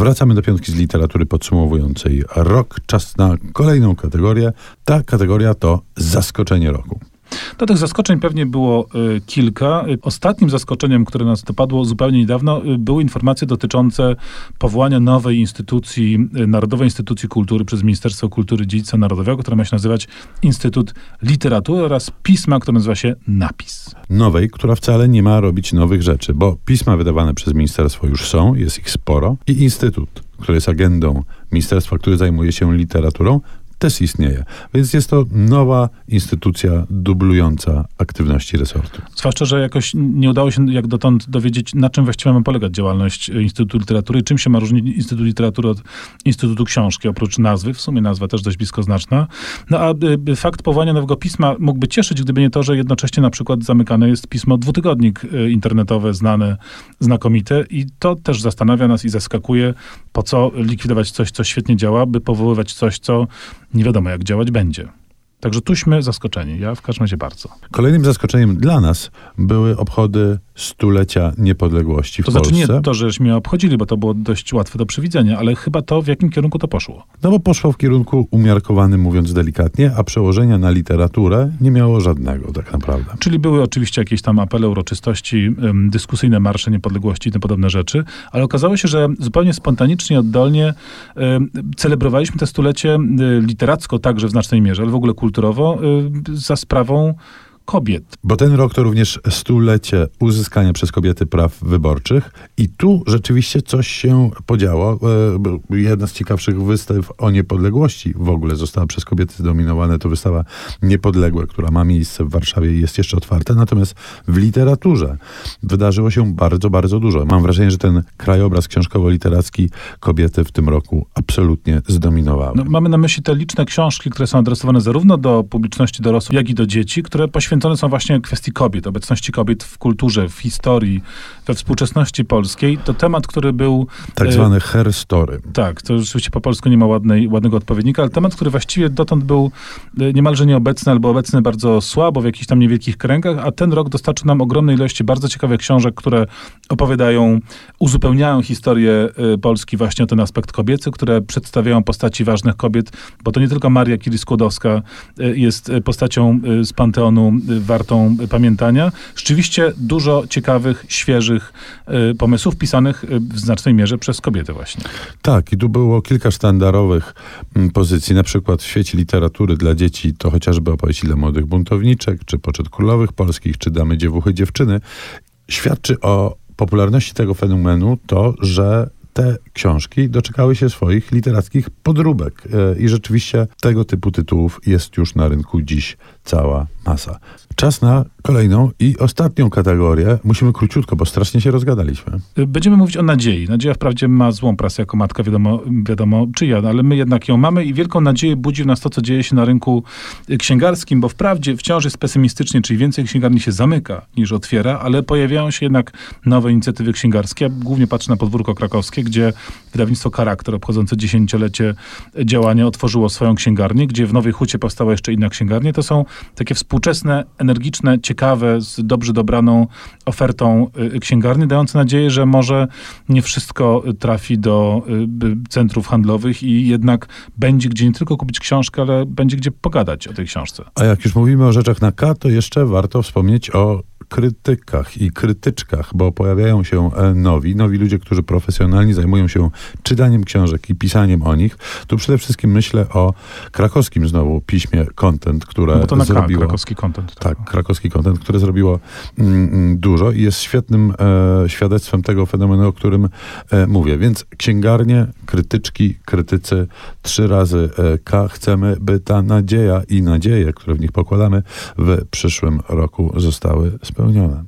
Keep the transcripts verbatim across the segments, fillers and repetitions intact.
Wracamy do piątki z literatury podsumowującej rok. Czas na kolejną kategorię. Ta kategoria to zaskoczenie roku. No tych zaskoczeń pewnie było y, kilka. Ostatnim zaskoczeniem, które nas dopadło zupełnie niedawno, y, były informacje dotyczące powołania nowej instytucji, y, Narodowej Instytucji Kultury przez Ministerstwo Kultury i Dziedzictwa Narodowego, która ma się nazywać Instytut Literatury, oraz pisma, które nazywa się Napis. Nowej, która wcale nie ma robić nowych rzeczy, bo pisma wydawane przez ministerstwo już są, jest ich sporo, i instytut, który jest agendą ministerstwa, który zajmuje się literaturą, też istnieje. Więc jest to nowa instytucja dublująca aktywności resortu. Zwłaszcza, że jakoś nie udało się jak dotąd dowiedzieć, na czym właściwie ma polegać działalność Instytutu Literatury, czym się ma różnić Instytut Literatury od Instytutu Książki, oprócz nazwy, w sumie nazwa też dość bliskoznaczna. No a y, fakt powołania nowego pisma mógłby cieszyć, gdyby nie to, że jednocześnie na przykład zamykane jest pismo Dwutygodnik y, internetowe, znane, znakomite, i to też zastanawia nas i zaskakuje, po co likwidować coś, co świetnie działa, by powoływać coś, co nie wiadomo, jak działać będzie. Także tuśmy zaskoczeni. Ja w każdym razie bardzo. Kolejnym zaskoczeniem dla nas były obchody stulecia niepodległości w to Polsce. To znaczy nie to, żeśmy obchodzili, bo to było dość łatwe do przewidzenia, ale chyba to, w jakim kierunku to poszło. No bo poszło w kierunku umiarkowanym, mówiąc delikatnie, a przełożenia na literaturę nie miało żadnego tak naprawdę. Czyli były oczywiście jakieś tam apele, uroczystości, ym, dyskusyjne marsze niepodległości i tym podobne rzeczy, ale okazało się, że zupełnie spontanicznie, oddolnie ym, celebrowaliśmy te stulecie y, literacko także w znacznej mierze, ale w ogóle kulturowo y, za sprawą kobiet. Bo ten rok to również stulecie uzyskania przez kobiety praw wyborczych i tu rzeczywiście coś się podziało. Jedna z ciekawszych wystaw o niepodległości w ogóle została przez kobiety zdominowana. To wystawa Niepodległe, która ma miejsce w Warszawie i jest jeszcze otwarta. Natomiast w literaturze wydarzyło się bardzo, bardzo dużo. Mam wrażenie, że ten krajobraz książkowo-literacki kobiety w tym roku absolutnie zdominowały. No, mamy na myśli te liczne książki, które są adresowane zarówno do publiczności dorosłej, jak i do dzieci, które poświęcone są właśnie kwestii kobiet, obecności kobiet w kulturze, w historii, we współczesności polskiej. To temat, który był... Tak zwany e, her story. Tak, to rzeczywiście po polsku nie ma ładnej, ładnego odpowiednika, ale temat, który właściwie dotąd był niemalże nieobecny, albo obecny bardzo słabo w jakichś tam niewielkich kręgach, a ten rok dostarczył nam ogromnej ilości bardzo ciekawych książek, które opowiadają, uzupełniają historię y, Polski właśnie o ten aspekt kobiecy, które przedstawiają postaci ważnych kobiet, bo to nie tylko Maria Curie-Skłodowska y, jest postacią y, z Panteonu y, wartą pamiętania. Rzeczywiście dużo ciekawych, świeżych y, pomysłów pisanych y, w znacznej mierze przez kobiety właśnie. Tak, i tu było kilka sztandarowych m, pozycji, na przykład w świecie literatury dla dzieci to chociażby opowieści dla młodych buntowniczek, czy Poczet Królowych Polskich, czy Damy, Dziewuchy, Dziewczyny. Świadczy o popularności tego fenomenu to, że te książki doczekały się swoich literackich podróbek. I rzeczywiście tego typu tytułów jest już na rynku dziś cała masa. Czas na kolejną i ostatnią kategorię. Musimy króciutko, bo strasznie się rozgadaliśmy. Będziemy mówić o nadziei. Nadzieja wprawdzie ma złą prasę jako matka, wiadomo, wiadomo czyja, ale my jednak ją mamy i wielką nadzieję budzi w nas to, co dzieje się na rynku księgarskim, bo wprawdzie wciąż jest pesymistycznie, czyli więcej księgarni się zamyka niż otwiera, ale pojawiają się jednak nowe inicjatywy księgarskie. Ja głównie patrzę na Podwórko Krakowskie, gdzie wydawnictwo Charakter obchodzące dziesięciolecie działania otworzyło swoją księgarnię, gdzie w Nowej Hucie powstała jeszcze inna księgarnia. To są takie współczesne, energiczne, ciekawe, z dobrze dobraną ofertą y, księgarni, dające nadzieję, że może nie wszystko trafi do y, centrów handlowych i jednak będzie gdzie nie tylko kupić książkę, ale będzie gdzie pogadać o tej książce. A jak już mówimy o rzeczach na K, to jeszcze warto wspomnieć o krytykach i krytyczkach, bo pojawiają się nowi, nowi ludzie, którzy profesjonalnie zajmują się czytaniem książek i pisaniem o nich. Tu przede wszystkim myślę o krakowskim znowu piśmie Content, które no bo to na zrobiło... krakowski Content. Tak, tak krakowski Content, które zrobiło mm, dużo i jest świetnym e, świadectwem tego fenomenu, o którym e, mówię. Więc księgarnie, krytyczki, krytycy, trzy razy e, K. Chcemy, by ta nadzieja i nadzieje, które w nich pokładamy, w przyszłym roku zostały spełnione.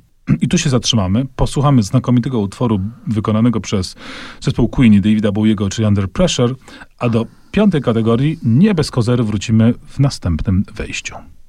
I tu się zatrzymamy. Posłuchamy znakomitego utworu wykonanego przez zespół Queen i Davida Bowiego, czyli Under Pressure, a do piątej kategorii nie bez kozery wrócimy w następnym wejściu.